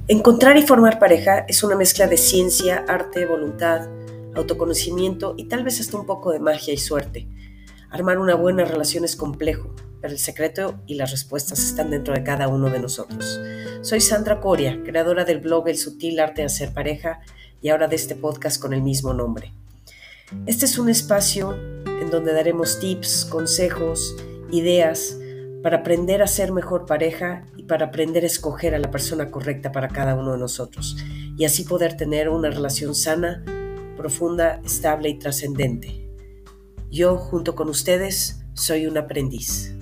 Encontrar y formar pareja es una mezcla de ciencia, arte, voluntad, autoconocimiento y tal vez hasta un poco de magia y suerte. Armar una buena relación es complejo, pero el secreto y las respuestas están dentro de cada uno de nosotros. Soy Sandra Coria, creadora del blog El sutil arte de hacer pareja y ahora de este podcast con el mismo nombre. Este es un espacio en donde daremos tips, consejos, ideas para aprender a ser mejor pareja y para aprender a escoger a la persona correcta para cada uno de nosotros y así poder tener una relación sana, profunda, estable y trascendente. Yo, junto con ustedes, soy un aprendiz.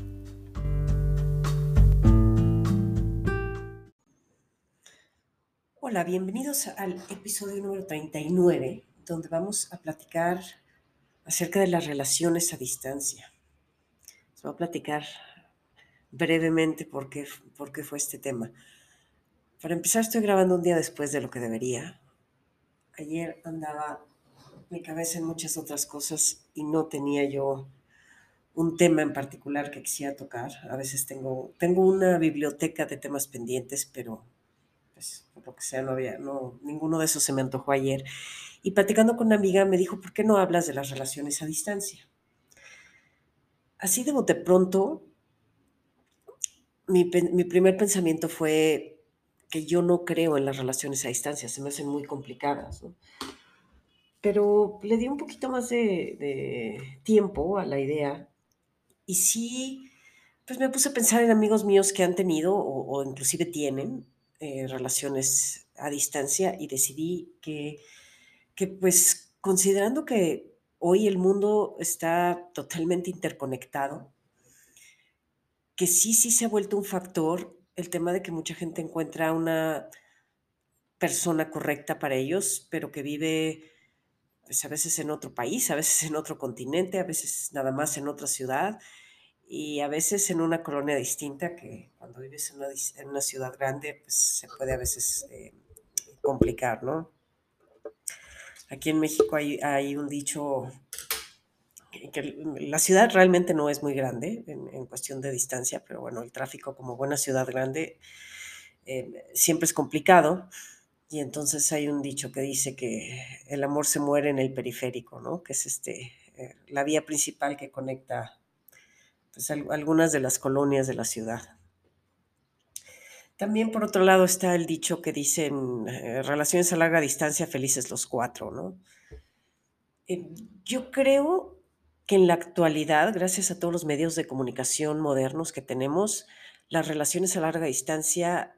Hola, bienvenidos al episodio número 39, donde vamos a platicar acerca de las relaciones a distancia. Les voy a platicar brevemente por qué fue este tema. Para empezar, estoy grabando un día después de lo que debería. Ayer andaba mi cabeza en muchas otras cosas y no tenía yo un tema en particular que quisiera tocar. A veces tengo una biblioteca de temas pendientes, pero pues, por lo que sea, ninguno de esos se me antojó ayer. Y platicando con una amiga me dijo, ¿por qué no hablas de las relaciones a distancia? Así de bote pronto, mi primer pensamiento fue que yo no creo en las relaciones a distancia, se me hacen muy complicadas, ¿no? Pero le di un poquito más de tiempo a la idea y sí, pues me puse a pensar en amigos míos que han tenido o inclusive tienen relaciones a distancia y decidí que pues considerando que hoy el mundo está totalmente interconectado, que sí se ha vuelto un factor el tema de que mucha gente encuentra una persona correcta para ellos, pero que vive pues a veces en otro país, a veces en otro continente, a veces nada más en otra ciudad y a veces en una colonia distinta que cuando vives en una ciudad grande pues se puede a veces complicar, ¿no? Aquí en México hay un dicho que la ciudad realmente no es muy grande en cuestión de distancia, pero bueno, el tráfico como buena ciudad grande siempre es complicado. Y entonces hay un dicho que dice que el amor se muere en el periférico, ¿no? Que es la vía principal que conecta pues, algunas de las colonias de la ciudad. También por otro lado está el dicho que dicen relaciones a larga distancia, felices los cuatro, ¿no? Eh, yo creo que en la actualidad, gracias a todos los medios de comunicación modernos que tenemos, las relaciones a larga distancia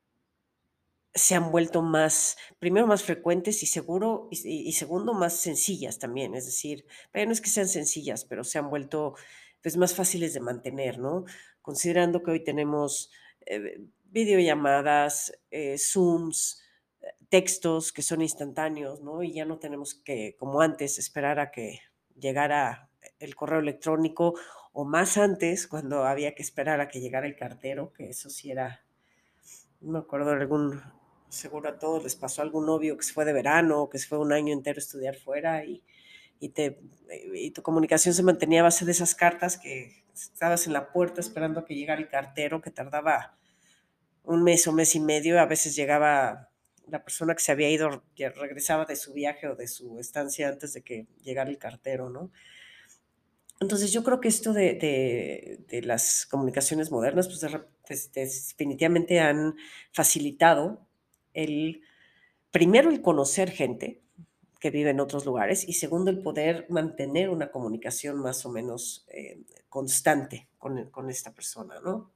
se han vuelto más, primero más frecuentes y seguro, y segundo más sencillas también, es decir, pero no es que sean sencillas, pero se han vuelto pues más fáciles de mantener, ¿no? Considerando que hoy tenemos videollamadas, Zooms, textos que son instantáneos, ¿no? Y ya no tenemos que, como antes, esperar a que llegara el correo electrónico o más antes, cuando había que esperar a que llegara el cartero, que eso sí era, no me acuerdo de seguro a todos les pasó algún novio que se fue de verano, que se fue un año entero a estudiar fuera y, te, y tu comunicación se mantenía a base de esas cartas que estabas en la puerta esperando a que llegara el cartero, que tardaba un mes o mes y medio, a veces llegaba la persona que se había ido, ya regresaba de su viaje o de su estancia antes de que llegara el cartero, ¿no? Entonces yo creo que esto de las comunicaciones modernas, pues definitivamente han facilitado el, primero el conocer gente que vive en otros lugares y segundo el poder mantener una comunicación más o menos constante con esta persona, ¿no?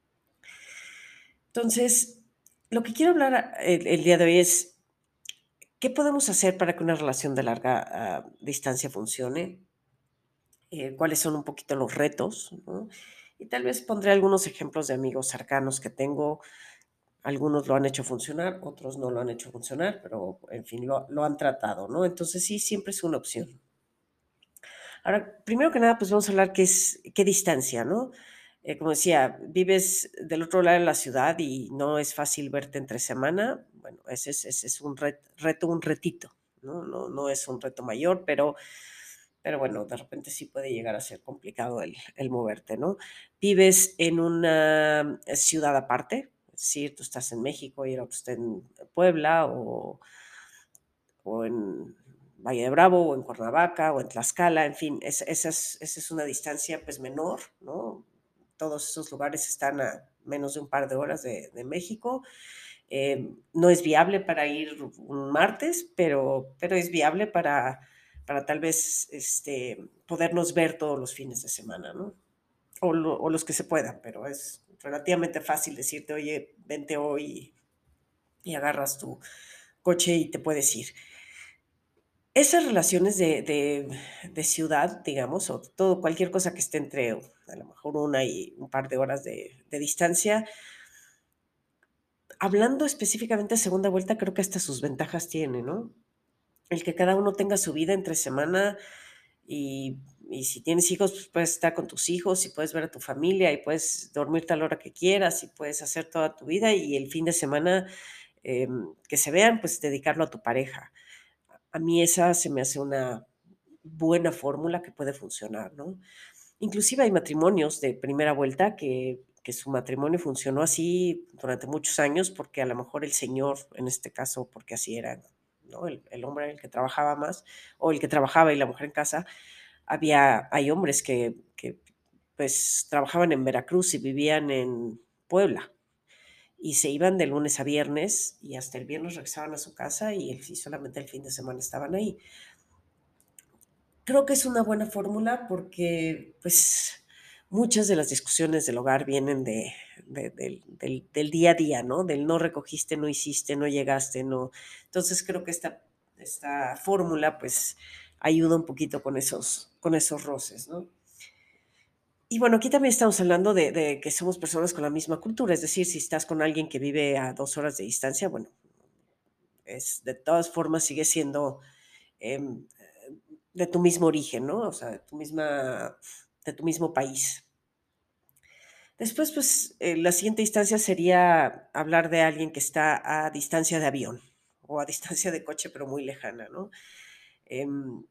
Entonces, lo que quiero hablar el día de hoy es, ¿qué podemos hacer para que una relación de larga distancia funcione? Cuáles son un poquito los retos, ¿no? Y tal vez pondré algunos ejemplos de amigos cercanos que tengo. Algunos lo han hecho funcionar, otros no lo han hecho funcionar, pero en fin, lo han tratado, ¿no? Entonces sí, siempre es una opción. Ahora, primero que nada, pues vamos a hablar qué distancia, ¿no? Como decía, vives del otro lado de la ciudad y no es fácil verte entre semana. Bueno, ese es un reto, un retito, ¿no? No es un reto mayor, pero bueno, de repente sí puede llegar a ser complicado el moverte, ¿no? Vives en una ciudad aparte, decir, tú estás en México y el otro está en Puebla o en Valle de Bravo o en Cuernavaca o en Tlaxcala, en fin, esa es una distancia pues menor, ¿no? Todos esos lugares están a menos de un par de horas de México. No es viable para ir un martes, pero es viable para tal vez podernos ver todos los fines de semana, ¿no? O los que se puedan, pero es relativamente fácil decirte, oye, vente hoy y agarras tu coche y te puedes ir. Esas relaciones de ciudad, digamos, o todo, cualquier cosa que esté entre a lo mejor una y un par de horas de distancia, hablando específicamente de segunda vuelta, creo que hasta sus ventajas tiene, ¿no? El que cada uno tenga su vida entre semana y, y si tienes hijos, pues puedes estar con tus hijos y puedes ver a tu familia y puedes dormirte a la hora que quieras y puedes hacer toda tu vida y el fin de semana que se vean, pues dedicarlo a tu pareja. A mí esa se me hace una buena fórmula que puede funcionar, ¿no? Inclusive hay matrimonios de primera vuelta que su matrimonio funcionó así durante muchos años porque a lo mejor el señor, en este caso, porque así era, ¿no? El hombre era el que trabajaba más o el que trabajaba y la mujer en casa. Hay hombres que pues trabajaban en Veracruz y vivían en Puebla y se iban de lunes a viernes y hasta el viernes regresaban a su casa y solamente el fin de semana estaban ahí. Creo que es una buena fórmula porque, pues, muchas de las discusiones del hogar vienen del día a día, ¿no? Del no recogiste, no hiciste, no llegaste, no. Entonces creo que esta fórmula, pues, ayuda un poquito con esos roces, ¿no? Y bueno, aquí también estamos hablando de que somos personas con la misma cultura, es decir, si estás con alguien que vive a 2 horas de distancia, bueno, de todas formas sigue siendo em, de tu mismo origen, ¿no? O sea, de tu mismo país. Después, pues, la siguiente instancia sería hablar de alguien que está a distancia de avión o a distancia de coche, pero muy lejana, ¿no? Em,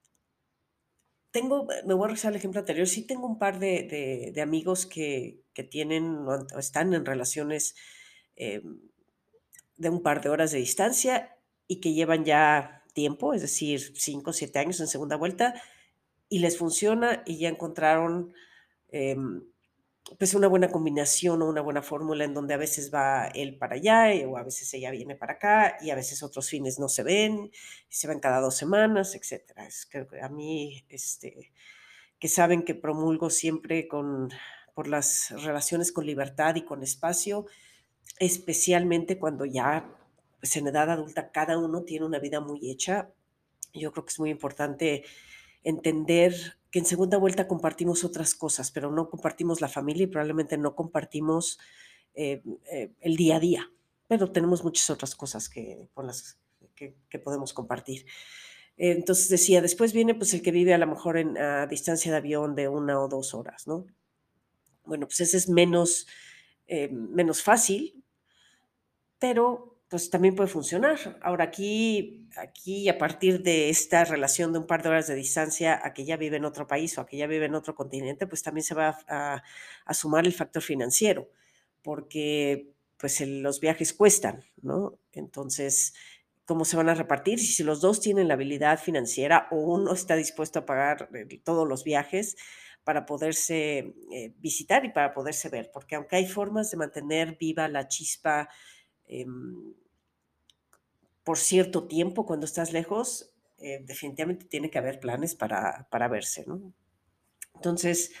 me voy a regresar al ejemplo anterior, sí tengo un par de amigos que tienen o están en relaciones em, de un par de horas de distancia y que llevan ya tiempo, es decir, 5 o 7 años en segunda vuelta, y les funciona y ya encontraron em, pues una buena combinación o una buena fórmula en donde a veces va él para allá o a veces ella viene para acá y a veces otros fines no se ven, se ven cada 2 semanas, etcétera. Creo que a mí, que saben que promulgo siempre por las relaciones con libertad y con espacio, especialmente cuando ya pues en edad adulta cada uno tiene una vida muy hecha. Yo creo que es muy importante entender que en segunda vuelta compartimos otras cosas, pero no compartimos la familia y probablemente no compartimos el día a día, pero tenemos muchas otras cosas con las que podemos compartir. Entonces decía, después viene pues el que vive a lo mejor a distancia de avión de 1 o 2 horas, ¿no? Bueno, pues ese es menos fácil, pero pues también puede funcionar. Ahora aquí a partir de esta relación de un par de horas de distancia a que ya vive en otro país o a que ya vive en otro continente, pues también se va a sumar el factor financiero, porque pues los viajes cuestan, ¿no? Entonces, ¿cómo se van a repartir? Si los dos tienen la habilidad financiera o uno está dispuesto a pagar todos los viajes para poderse visitar y para poderse ver, porque aunque hay formas de mantener viva la chispa em, por cierto tiempo cuando estás lejos, definitivamente tiene que haber planes para verse, ¿no? Entonces,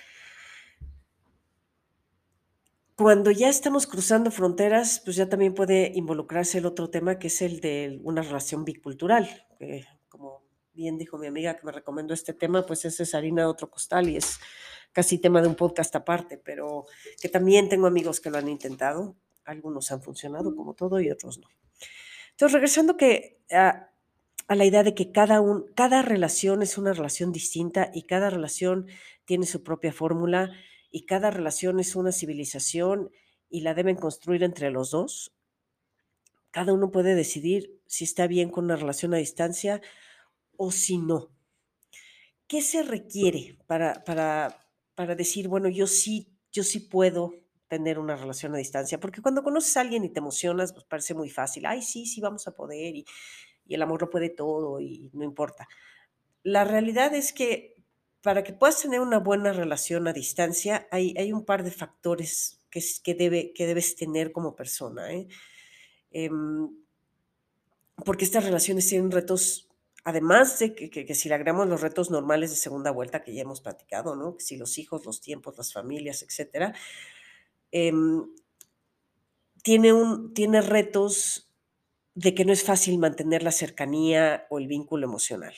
cuando ya estamos cruzando fronteras, pues ya también puede involucrarse el otro tema que es el de una relación bicultural. Como bien dijo mi amiga que me recomendó este tema, pues esa es harina de otro costal y es casi tema de un podcast aparte, pero que también tengo amigos que lo han intentado. Algunos han funcionado como todo y otros no. Entonces, regresando a la idea de que cada relación es una relación distinta y cada relación tiene su propia fórmula y cada relación es una civilización y la deben construir entre los dos, cada uno puede decidir si está bien con una relación a distancia o si no. ¿Qué se requiere para decir, bueno, yo sí puedo tener una relación a distancia, porque cuando conoces a alguien y te emocionas, pues parece muy fácil. Ay, sí, sí, vamos a poder y el amor lo puede todo y no importa. La realidad es que para que puedas tener una buena relación a distancia, hay un par de factores que debes tener como persona, ¿eh? Em, Porque estas relaciones tienen retos, además de que si le agregamos los retos normales de segunda vuelta que ya hemos platicado, ¿no? Que si los hijos, los tiempos, las familias, etcétera, em, tiene retos de que no es fácil mantener la cercanía o el vínculo emocional.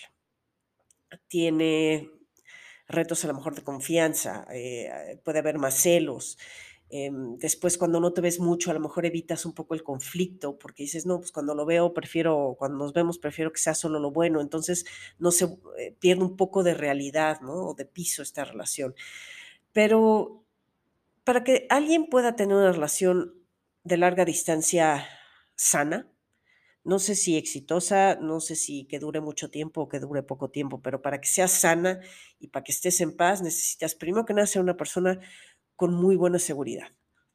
Tiene retos a lo mejor de confianza, puede haber más celos. Después, cuando no te ves mucho, a lo mejor evitas un poco el conflicto porque dices, no, pues cuando lo veo, prefiero, cuando nos vemos, prefiero que sea solo lo bueno. Entonces, no se pierde un poco de realidad, ¿no? O de piso esta relación. Pero para que alguien pueda tener una relación de larga distancia sana, no sé si exitosa, no sé si que dure mucho tiempo o que dure poco tiempo, pero para que sea sana y para que estés en paz, necesitas primero que nada ser una persona con muy buena seguridad.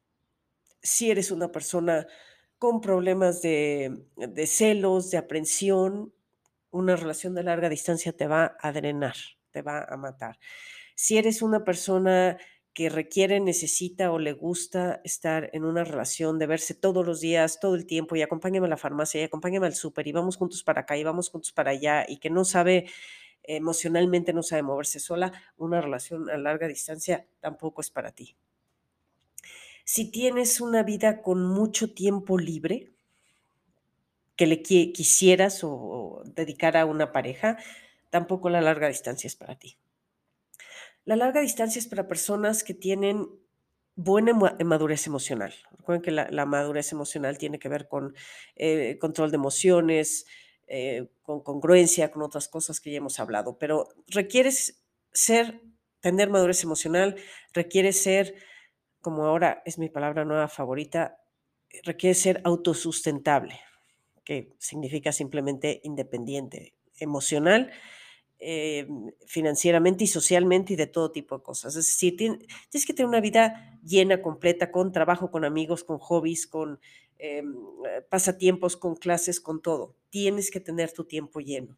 Si eres una persona con problemas de celos, de aprensión, una relación de larga distancia te va a drenar, te va a matar. Si eres una persona que requiere, necesita o le gusta estar en una relación de verse todos los días, todo el tiempo, y acompáñame a la farmacia, y acompáñame al súper, y vamos juntos para acá, y vamos juntos para allá, y que no sabe, emocionalmente no sabe moverse sola, una relación a larga distancia tampoco es para ti. Si tienes una vida con mucho tiempo libre que quisieras o dedicar a una pareja, tampoco la larga distancia es para ti. La larga distancia es para personas que tienen buena madurez emocional. Recuerden que la madurez emocional tiene que ver con control de emociones, con congruencia, con otras cosas que ya hemos hablado, pero requieres ser, tener madurez emocional, requiere ser, como ahora es mi palabra nueva favorita, requiere ser autosustentable, que significa simplemente independiente, emocional, financieramente y socialmente y de todo tipo de cosas. Es decir, tienes que tener una vida llena, completa, con trabajo, con amigos, con hobbies, con pasatiempos, con clases, con todo. Tienes que tener tu tiempo lleno.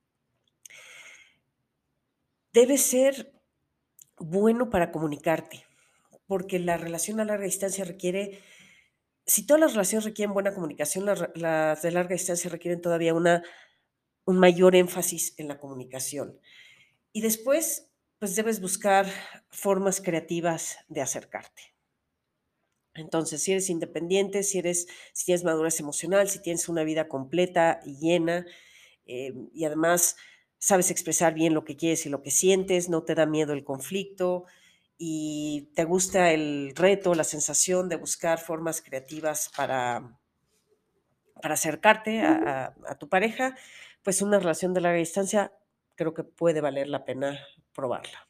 Debe ser bueno para comunicarte, porque la relación a larga distancia requiere, si todas las relaciones requieren buena comunicación, las de larga distancia requieren todavía un mayor énfasis en la comunicación. Y después, pues debes buscar formas creativas de acercarte. Entonces, si eres independiente, si tienes madurez emocional, si tienes una vida completa y llena, y además sabes expresar bien lo que quieres y lo que sientes, no te da miedo el conflicto y te gusta el reto, la sensación de buscar formas creativas para acercarte a tu pareja, pues una relación de larga distancia creo que puede valer la pena probarla.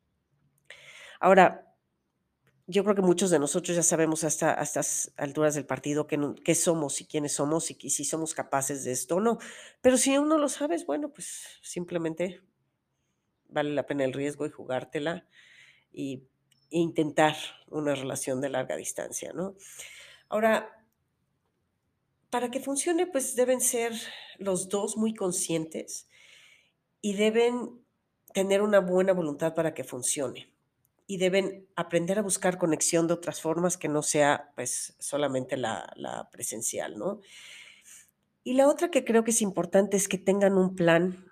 Ahora, yo creo que muchos de nosotros ya sabemos a estas alturas del partido qué somos y quiénes somos y si somos capaces de esto o no. Pero si aún no lo sabes, bueno, pues simplemente vale la pena el riesgo y jugártela y, e intentar una relación de larga distancia, ¿no? Ahora, para que funcione, pues deben ser los dos muy conscientes y deben tener una buena voluntad para que funcione. Y deben aprender a buscar conexión de otras formas que no sea, pues, solamente la presencial, ¿no? Y la otra que creo que es importante es que tengan un plan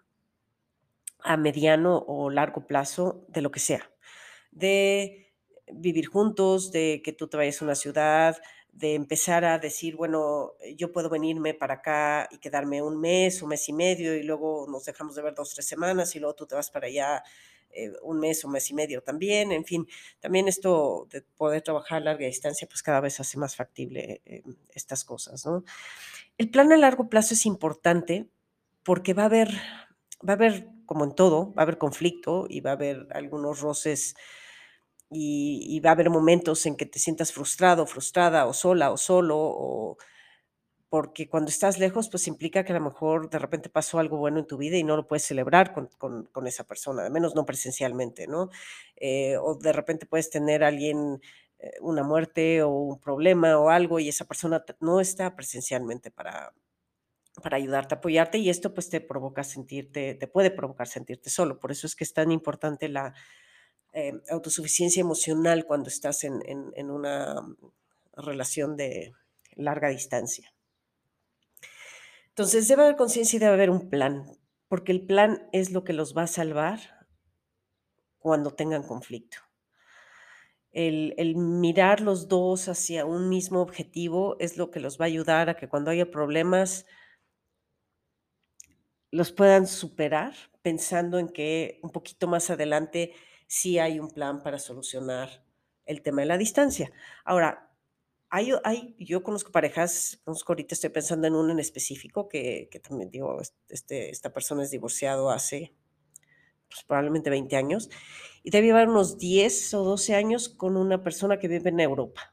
a mediano o largo plazo de lo que sea, de vivir juntos, de que tú te vayas a una ciudad, de empezar a decir, bueno, yo puedo venirme para acá y quedarme un mes y medio, y luego nos dejamos de ver 2, 3 semanas, y luego tú te vas para allá, un mes y medio también. En fin, también esto de poder trabajar a larga distancia, pues cada vez hace más factible, estas cosas, ¿no? El plan a largo plazo es importante porque va a haber, como en todo, va a haber conflicto y va a haber algunos roces y va a haber momentos en que te sientas frustrado, frustrada, o sola, o solo, o porque cuando estás lejos, pues implica que a lo mejor de repente pasó algo bueno en tu vida y no lo puedes celebrar con esa persona, al menos no presencialmente, ¿no? O de repente puedes tener a alguien una muerte o un problema o algo y esa persona no está presencialmente para ayudarte, apoyarte y esto pues te provoca sentirte, te puede provocar sentirte solo. Por eso es que es tan importante la autosuficiencia emocional cuando estás en una relación de larga distancia. Entonces debe haber conciencia y debe haber un plan, porque el plan es lo que los va a salvar cuando tengan conflicto. El mirar los dos hacia un mismo objetivo es lo que los va a ayudar a que cuando haya problemas los puedan superar pensando en que un poquito más adelante sí hay un plan para solucionar el tema de la distancia. Ahora, yo conozco parejas, conozco ahorita estoy pensando en uno en específico que también digo, esta persona es divorciado hace pues, probablemente 20 años y debe llevar unos 10 o 12 años con una persona que vive en Europa.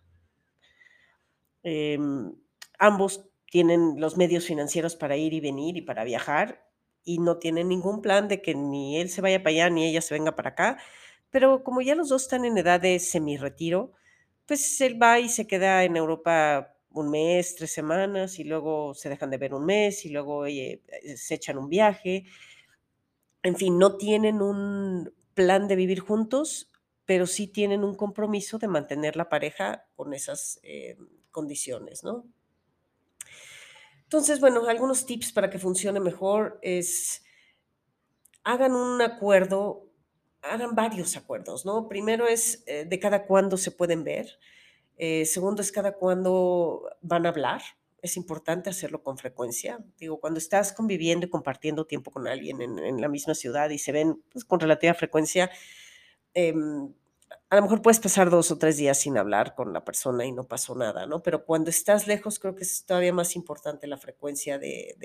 Em, Ambos tienen los medios financieros para ir y venir y para viajar y no tienen ningún plan de que ni él se vaya para allá ni ella se venga para acá, pero como ya los dos están en edad de semi-retiro, pues él va y se queda en Europa un mes, 3 semanas y luego se dejan de ver un mes y luego se echan un viaje. En fin, no tienen un plan de vivir juntos, pero sí tienen un compromiso de mantener la pareja con esas condiciones, ¿no? Entonces, bueno, algunos tips para que funcione mejor es hagan un acuerdo, hagan varios acuerdos, ¿no? Primero es de cada cuándo se pueden ver. Segundo es cada cuándo van a hablar. Es importante hacerlo con frecuencia. Digo, cuando estás conviviendo y compartiendo tiempo con alguien en la misma ciudad y se ven pues, con relativa frecuencia, em, a lo mejor puedes pasar 2 o 3 días sin hablar con la persona y no pasó nada, ¿no? Pero cuando estás lejos, creo que es todavía más importante la frecuencia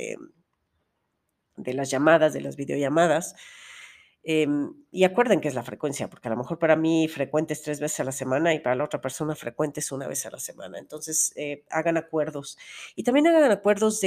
de las llamadas, de las videollamadas. Y acuerden qué es la frecuencia, porque a lo mejor para mí frecuente es 3 veces a la semana y para la otra persona frecuente es una vez a la semana. Entonces, hagan acuerdos. Y también hagan acuerdos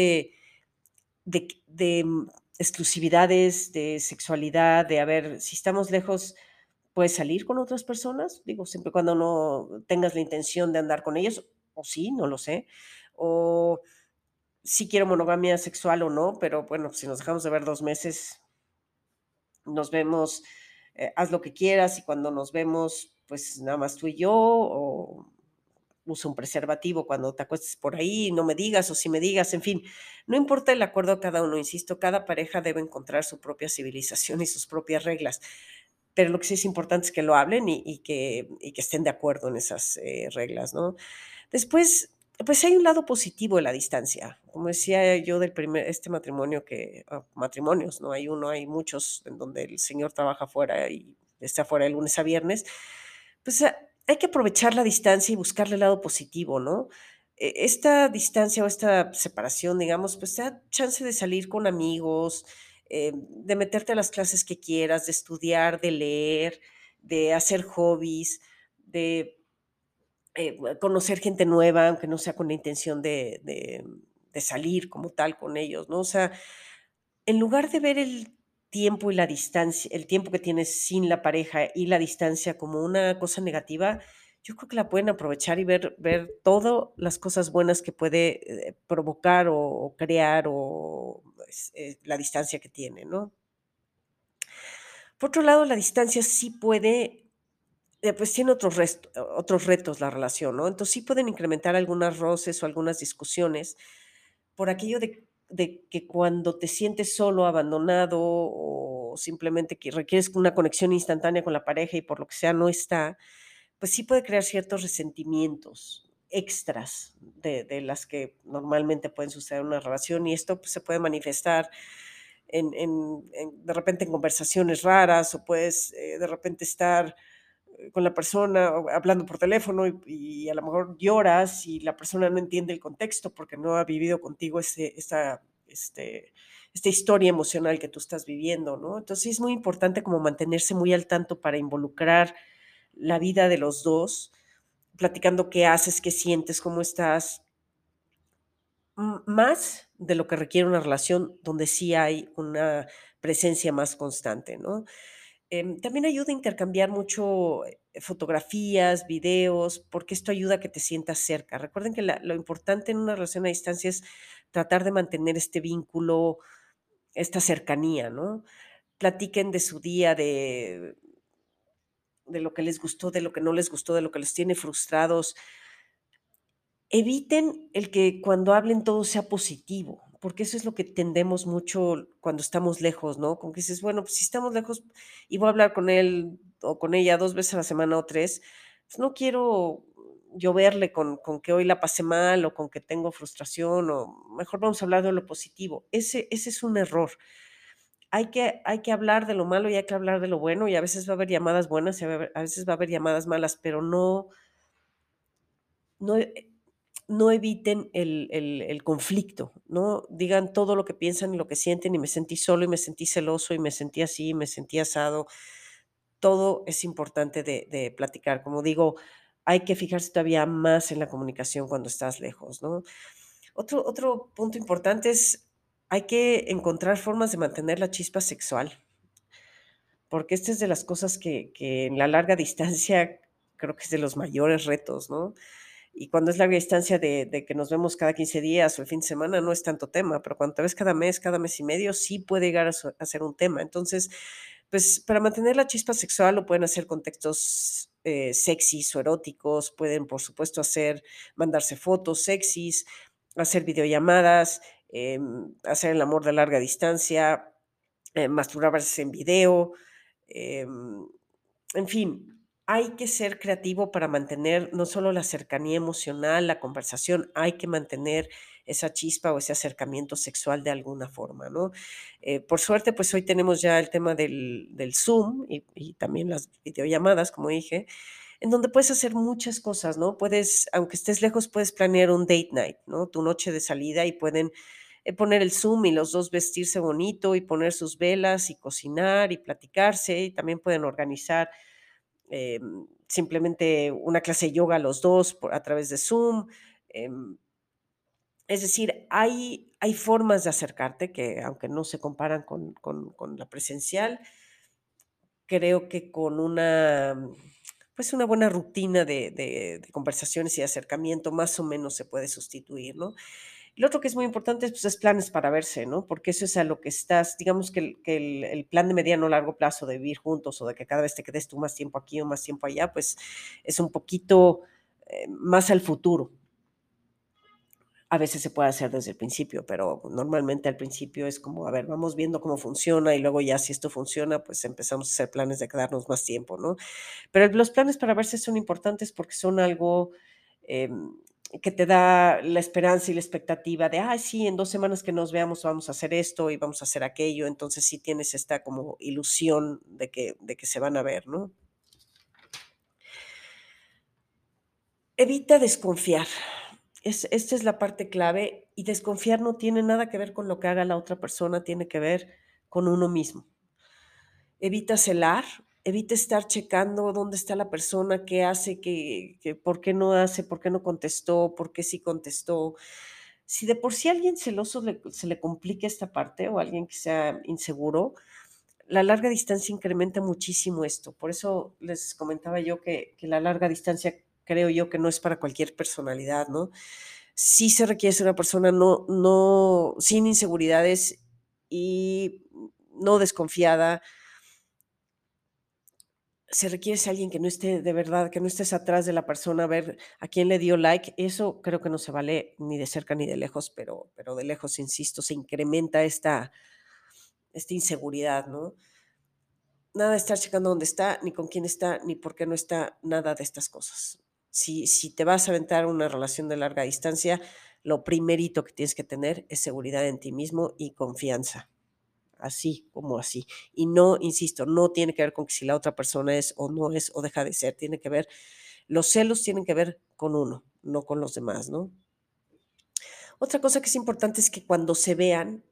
de exclusividades, de sexualidad, de a ver, si estamos lejos, puedes salir con otras personas, digo, siempre y cuando no tengas la intención de andar con ellos, o sí, no lo sé, o si quiero monogamia sexual o no, pero bueno, si nos dejamos de ver 2 meses, nos vemos, haz lo que quieras y cuando nos vemos, pues nada más tú y yo, o usa un preservativo cuando te acuestes por ahí, no me digas o si me digas, en fin, no importa el acuerdo de cada uno, insisto, cada pareja debe encontrar su propia civilización y sus propias reglas, pero lo que sí es importante es que lo hablen y que estén de acuerdo en esas reglas, ¿no? Después, pues hay un lado positivo de la distancia. Como decía yo del este matrimonio matrimonios, no hay uno, hay muchos en donde el señor trabaja fuera y está fuera de lunes a viernes. Pues hay que aprovechar la distancia y buscarle el lado positivo, ¿no? Esta distancia o esta separación, digamos, pues te da chance de salir con amigos, de meterte a las clases que quieras, de estudiar, de leer, de hacer hobbies, de conocer gente nueva, aunque no sea con la intención de salir como tal con ellos, ¿no? O sea, en lugar de ver el tiempo y la distancia, el tiempo que tienes sin la pareja y la distancia como una cosa negativa, yo creo que la pueden aprovechar y ver todas las cosas buenas que puede provocar o crear o la distancia que tiene, ¿no? Por otro lado, la distancia sí puede pues tiene otros retos la relación, ¿no? Entonces sí pueden incrementar algunas roces o algunas discusiones por aquello de que cuando te sientes solo, abandonado o simplemente que requieres una conexión instantánea con la pareja y por lo que sea no está, pues sí puede crear ciertos resentimientos extras de las que normalmente pueden suceder en una relación y esto pues, se puede manifestar de repente en conversaciones raras o puedes de repente estar con la persona hablando por teléfono y a lo mejor lloras y la persona no entiende el contexto porque no ha vivido contigo esta historia emocional que tú estás viviendo, ¿no? Entonces sí es muy importante como mantenerse muy al tanto para involucrar la vida de los dos, platicando qué haces, qué sientes, cómo estás, más de lo que requiere una relación donde sí hay una presencia más constante, ¿no? También ayuda a intercambiar mucho fotografías, videos, porque esto ayuda a que te sientas cerca. Recuerden que lo importante en una relación a distancia es tratar de mantener este vínculo, esta cercanía, ¿no? Platiquen de su día, de lo que les gustó, de lo que no les gustó, de lo que les tiene frustrados. Eviten el que cuando hablen todo sea positivo, porque eso es lo que tendemos mucho cuando estamos lejos, ¿no? Como que dices, bueno, pues si estamos lejos y voy a hablar con él o con ella 2 veces a la semana o 3, pues no quiero lloverle con que hoy la pasé mal o con que tengo frustración o mejor vamos a hablar de lo positivo. Ese es un error. Hay que hablar de lo malo y hay que hablar de lo bueno y a veces va a haber llamadas buenas y a veces va a haber llamadas malas, pero no, no eviten el conflicto, ¿no? Digan todo lo que piensan y lo que sienten, y me sentí solo, y me sentí celoso, y me sentí así, y me sentí asado. Todo es importante de platicar. Como digo, hay que fijarse todavía más en la comunicación cuando estás lejos, ¿no? Otro punto importante es, hay que encontrar formas de mantener la chispa sexual, porque esta es de las cosas que en la larga distancia creo que es de los mayores retos, ¿no? Y cuando es larga distancia de que nos vemos cada 15 días o el fin de semana, no es tanto tema, pero cuando te ves cada mes y medio, sí puede llegar a ser un tema. Entonces, pues para mantener la chispa sexual lo pueden hacer con textos sexys o eróticos, pueden por supuesto mandarse fotos sexys, hacer videollamadas, hacer el amor de larga distancia, masturbarse en video, em, en fin, hay que ser creativo para mantener no solo la cercanía emocional, la conversación, hay que mantener esa chispa o ese acercamiento sexual de alguna forma, ¿no? Por suerte, pues hoy tenemos ya el tema del Zoom y también las videollamadas, como dije, en donde puedes hacer muchas cosas, ¿no? Puedes, aunque estés lejos, puedes planear un date night, ¿no? Tu noche de salida y pueden poner el Zoom y los dos vestirse bonito y poner sus velas y cocinar y platicarse y también pueden organizar simplemente una clase de yoga los 2 a través de Zoom. em, es decir, hay formas de acercarte que, aunque no se comparan con la presencial, creo que con pues una buena rutina de conversaciones y acercamiento más o menos se puede sustituir, ¿no? Lo otro que es muy importante, pues, es planes para verse, ¿no? Porque eso es a lo que estás, digamos que el plan de mediano o largo plazo de vivir juntos o de que cada vez te quedes tú más tiempo aquí o más tiempo allá, pues es un poquito más al futuro. A veces se puede hacer desde el principio, pero normalmente al principio es como, a ver, vamos viendo cómo funciona y luego ya si esto funciona, pues empezamos a hacer planes de quedarnos más tiempo, ¿no? Pero los planes para verse son importantes porque son algo em, que te da la esperanza y la expectativa de, ah, sí, en 2 semanas que nos veamos vamos a hacer esto y vamos a hacer aquello. Entonces sí tienes esta como ilusión de que se van a ver, ¿no? Evita desconfiar. Esta es la parte clave y desconfiar no tiene nada que ver con lo que haga la otra persona, tiene que ver con uno mismo. Evita celar, evita estar checando dónde está la persona, qué hace, por qué no hace, por qué no contestó, por qué sí contestó. Si de por sí a alguien celoso se le complica esta parte o alguien que sea inseguro, la larga distancia incrementa muchísimo esto. Por eso les comentaba yo que la larga distancia creo yo que no es para cualquier personalidad, ¿no? Sí se requiere ser una persona sin inseguridades y no desconfiada, se requiere ser alguien que no esté de verdad, que no estés atrás de la persona a ver a quién le dio like. Eso creo que no se vale ni de cerca ni de lejos, pero de lejos, insisto, se incrementa esta inseguridad, ¿no? Nada de estar checando dónde está, ni con quién está, ni por qué no está, nada de estas cosas. Si te vas a aventar una relación de larga distancia, lo primerito que tienes que tener es seguridad en ti mismo y confianza, así como así. Y no, insisto, no tiene que ver con que si la otra persona es o no es o deja de ser, tiene que ver, los celos tienen que ver con uno, no con los demás, ¿no? Otra cosa que es importante es que cuando se vean,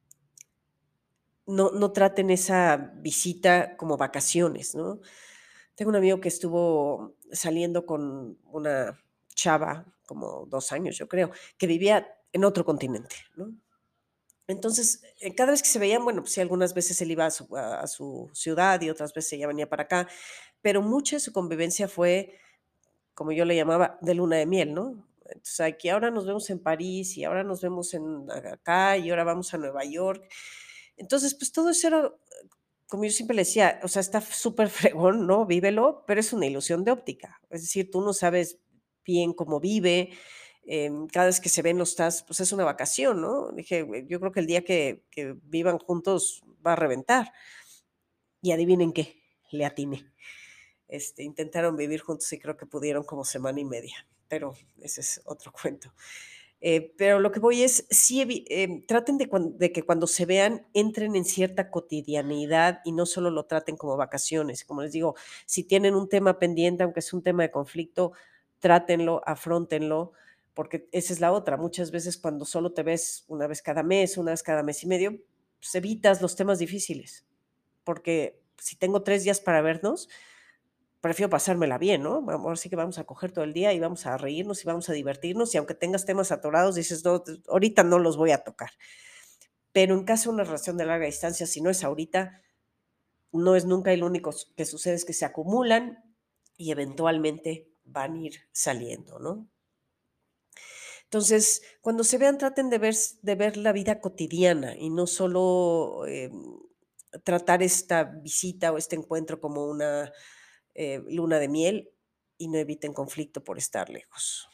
no traten esa visita como vacaciones, ¿no? Tengo un amigo que estuvo saliendo con una chava, como 2 años, yo creo, que vivía en otro continente, ¿no? Entonces, cada vez que se veían, bueno, pues sí, algunas veces él iba a su ciudad y otras veces ella venía para acá, pero mucha de su convivencia fue, como yo le llamaba, de luna de miel, ¿no? Entonces, aquí ahora nos vemos en París y ahora nos vemos acá y ahora vamos a Nueva York. Entonces, pues todo eso era, como yo siempre le decía, o sea, está súper fregón, ¿no? Vívelo, pero es una ilusión de óptica. Es decir, tú no sabes bien cómo vive. Cada vez que se ven, no estás, pues es una vacación, ¿no? Dije, "Güey, yo creo que el día que vivan juntos va a reventar". Y adivinen qué, le atiné. Intentaron vivir juntos y creo que pudieron como semana y media, pero ese es otro cuento. Pero lo que voy es, sí, traten de que cuando se vean entren en cierta cotidianidad y no solo lo traten como vacaciones. Como les digo, si tienen un tema pendiente, aunque es un tema de conflicto, trátenlo, afróntenlo, porque esa es la otra. Muchas veces cuando solo te ves una vez cada mes, una vez cada mes y medio, pues evitas los temas difíciles, porque si tengo 3 días para vernos, prefiero pasármela bien, ¿no? Ahora sí que vamos a coger todo el día y vamos a reírnos y vamos a divertirnos, y aunque tengas temas atorados, dices: "No, ahorita no los voy a tocar". Pero en caso de una relación de larga distancia, si no es ahorita, no es nunca, y lo único que sucede es que se acumulan y eventualmente van a ir saliendo, ¿no? Entonces, cuando se vean, traten de ver la vida cotidiana y no solo, tratar esta visita o este encuentro como una, luna de miel, y no eviten conflicto por estar lejos.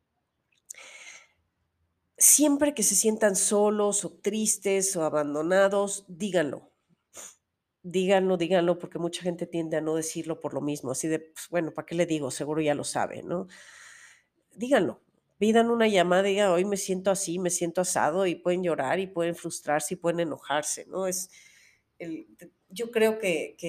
Siempre que se sientan solos o tristes o abandonados, díganlo. Díganlo, díganlo, porque mucha gente tiende a no decirlo por lo mismo, así de, pues, bueno, ¿para qué le digo? Seguro ya lo sabe, ¿no? Díganlo, pidan una llamada, digan: "Hoy me siento así, me siento asado", y pueden llorar, y pueden frustrarse, y pueden enojarse, ¿no? Yo creo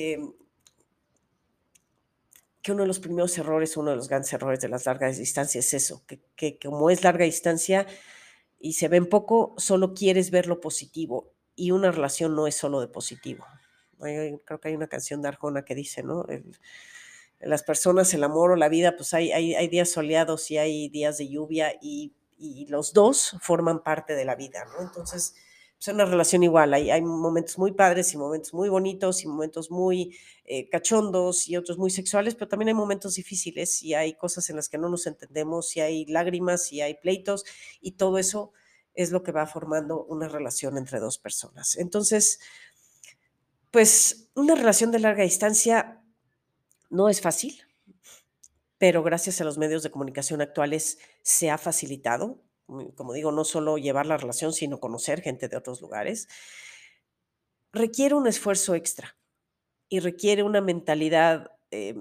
que uno de los primeros errores, uno de los grandes errores de las largas distancias es eso, que como es larga distancia y se ven poco, solo quieres ver lo positivo, y una relación no es solo de positivo. Creo que hay una canción de Arjona que dice, ¿no? Las personas, el amor o la vida, pues hay días soleados y hay días de lluvia, y los dos forman parte de la vida, ¿no? Entonces, pues una relación igual, hay momentos muy padres y momentos muy bonitos y momentos muy cachondos y otros muy sexuales, pero también hay momentos difíciles y hay cosas en las que no nos entendemos y hay lágrimas y hay pleitos, y todo eso es lo que va formando una relación entre dos personas. Entonces, pues una relación de larga distancia no es fácil, pero gracias a los medios de comunicación actuales se ha facilitado, como digo, no solo llevar la relación, sino conocer gente de otros lugares. Requiere un esfuerzo extra y requiere una mentalidad,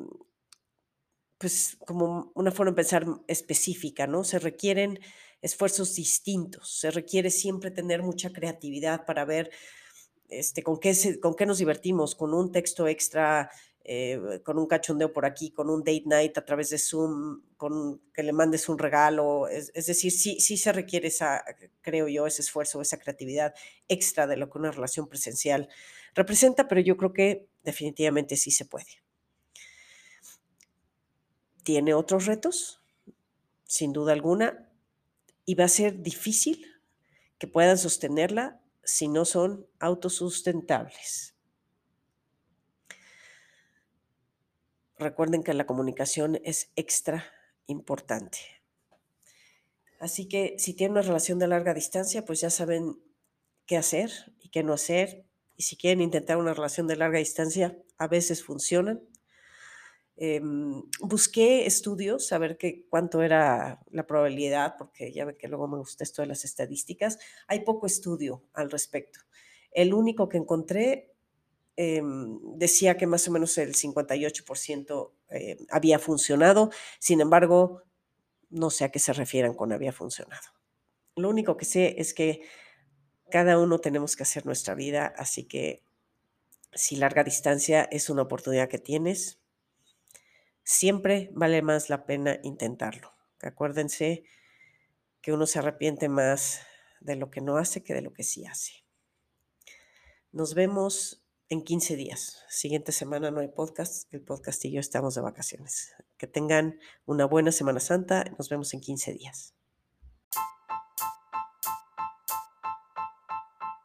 pues, como una forma de pensar específica, ¿no? Se requieren esfuerzos distintos, se requiere siempre tener mucha creatividad para ver, con qué nos divertimos, con un texto extra, con un cachondeo por aquí, con un date night a través de Zoom, con que le mandes un regalo. Es decir, sí se requiere creo yo, ese esfuerzo, esa creatividad extra de lo que una relación presencial representa, pero yo creo que definitivamente sí se puede. Tiene otros retos, sin duda alguna, y va a ser difícil que puedan sostenerla si no son autosustentables. Recuerden que la comunicación es extra importante. Así que si tienen una relación de larga distancia, pues ya saben qué hacer y qué no hacer. Y si quieren intentar una relación de larga distancia, a veces funcionan. Busqué estudios, a ver cuánto era la probabilidad, porque ya ve que luego me gusta esto de las estadísticas. Hay poco estudio al respecto. El único que encontré decía que más o menos el 58% había funcionado. Sin embargo, no sé a qué se refieran con había funcionado. Lo único que sé es que cada uno tenemos que hacer nuestra vida, así que si larga distancia es una oportunidad que tienes, siempre vale más la pena intentarlo. Acuérdense que uno se arrepiente más de lo que no hace que de lo que sí hace. Nos vemos en 15 días. Siguiente semana no hay podcast. El podcast y yo estamos de vacaciones. Que tengan una buena Semana Santa. Nos vemos en 15 días.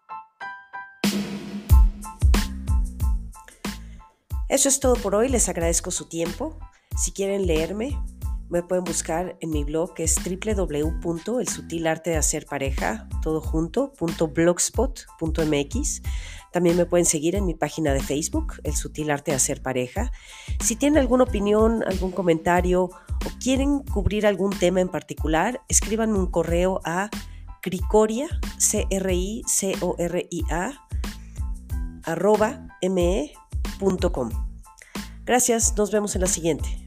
Eso es todo por hoy, les agradezco su tiempo. Si quieren leerme, me pueden buscar en mi blog, que es www.elsutilartedehacerpareja, todo junto, .blogspot.mx. También me pueden seguir en mi página de Facebook, El Sutil Arte de Hacer Pareja. Si tienen alguna opinión, algún comentario o quieren cubrir algún tema en particular, escríbanme un correo a cricoria, cricoria, @me.com. Gracias, nos vemos en la siguiente.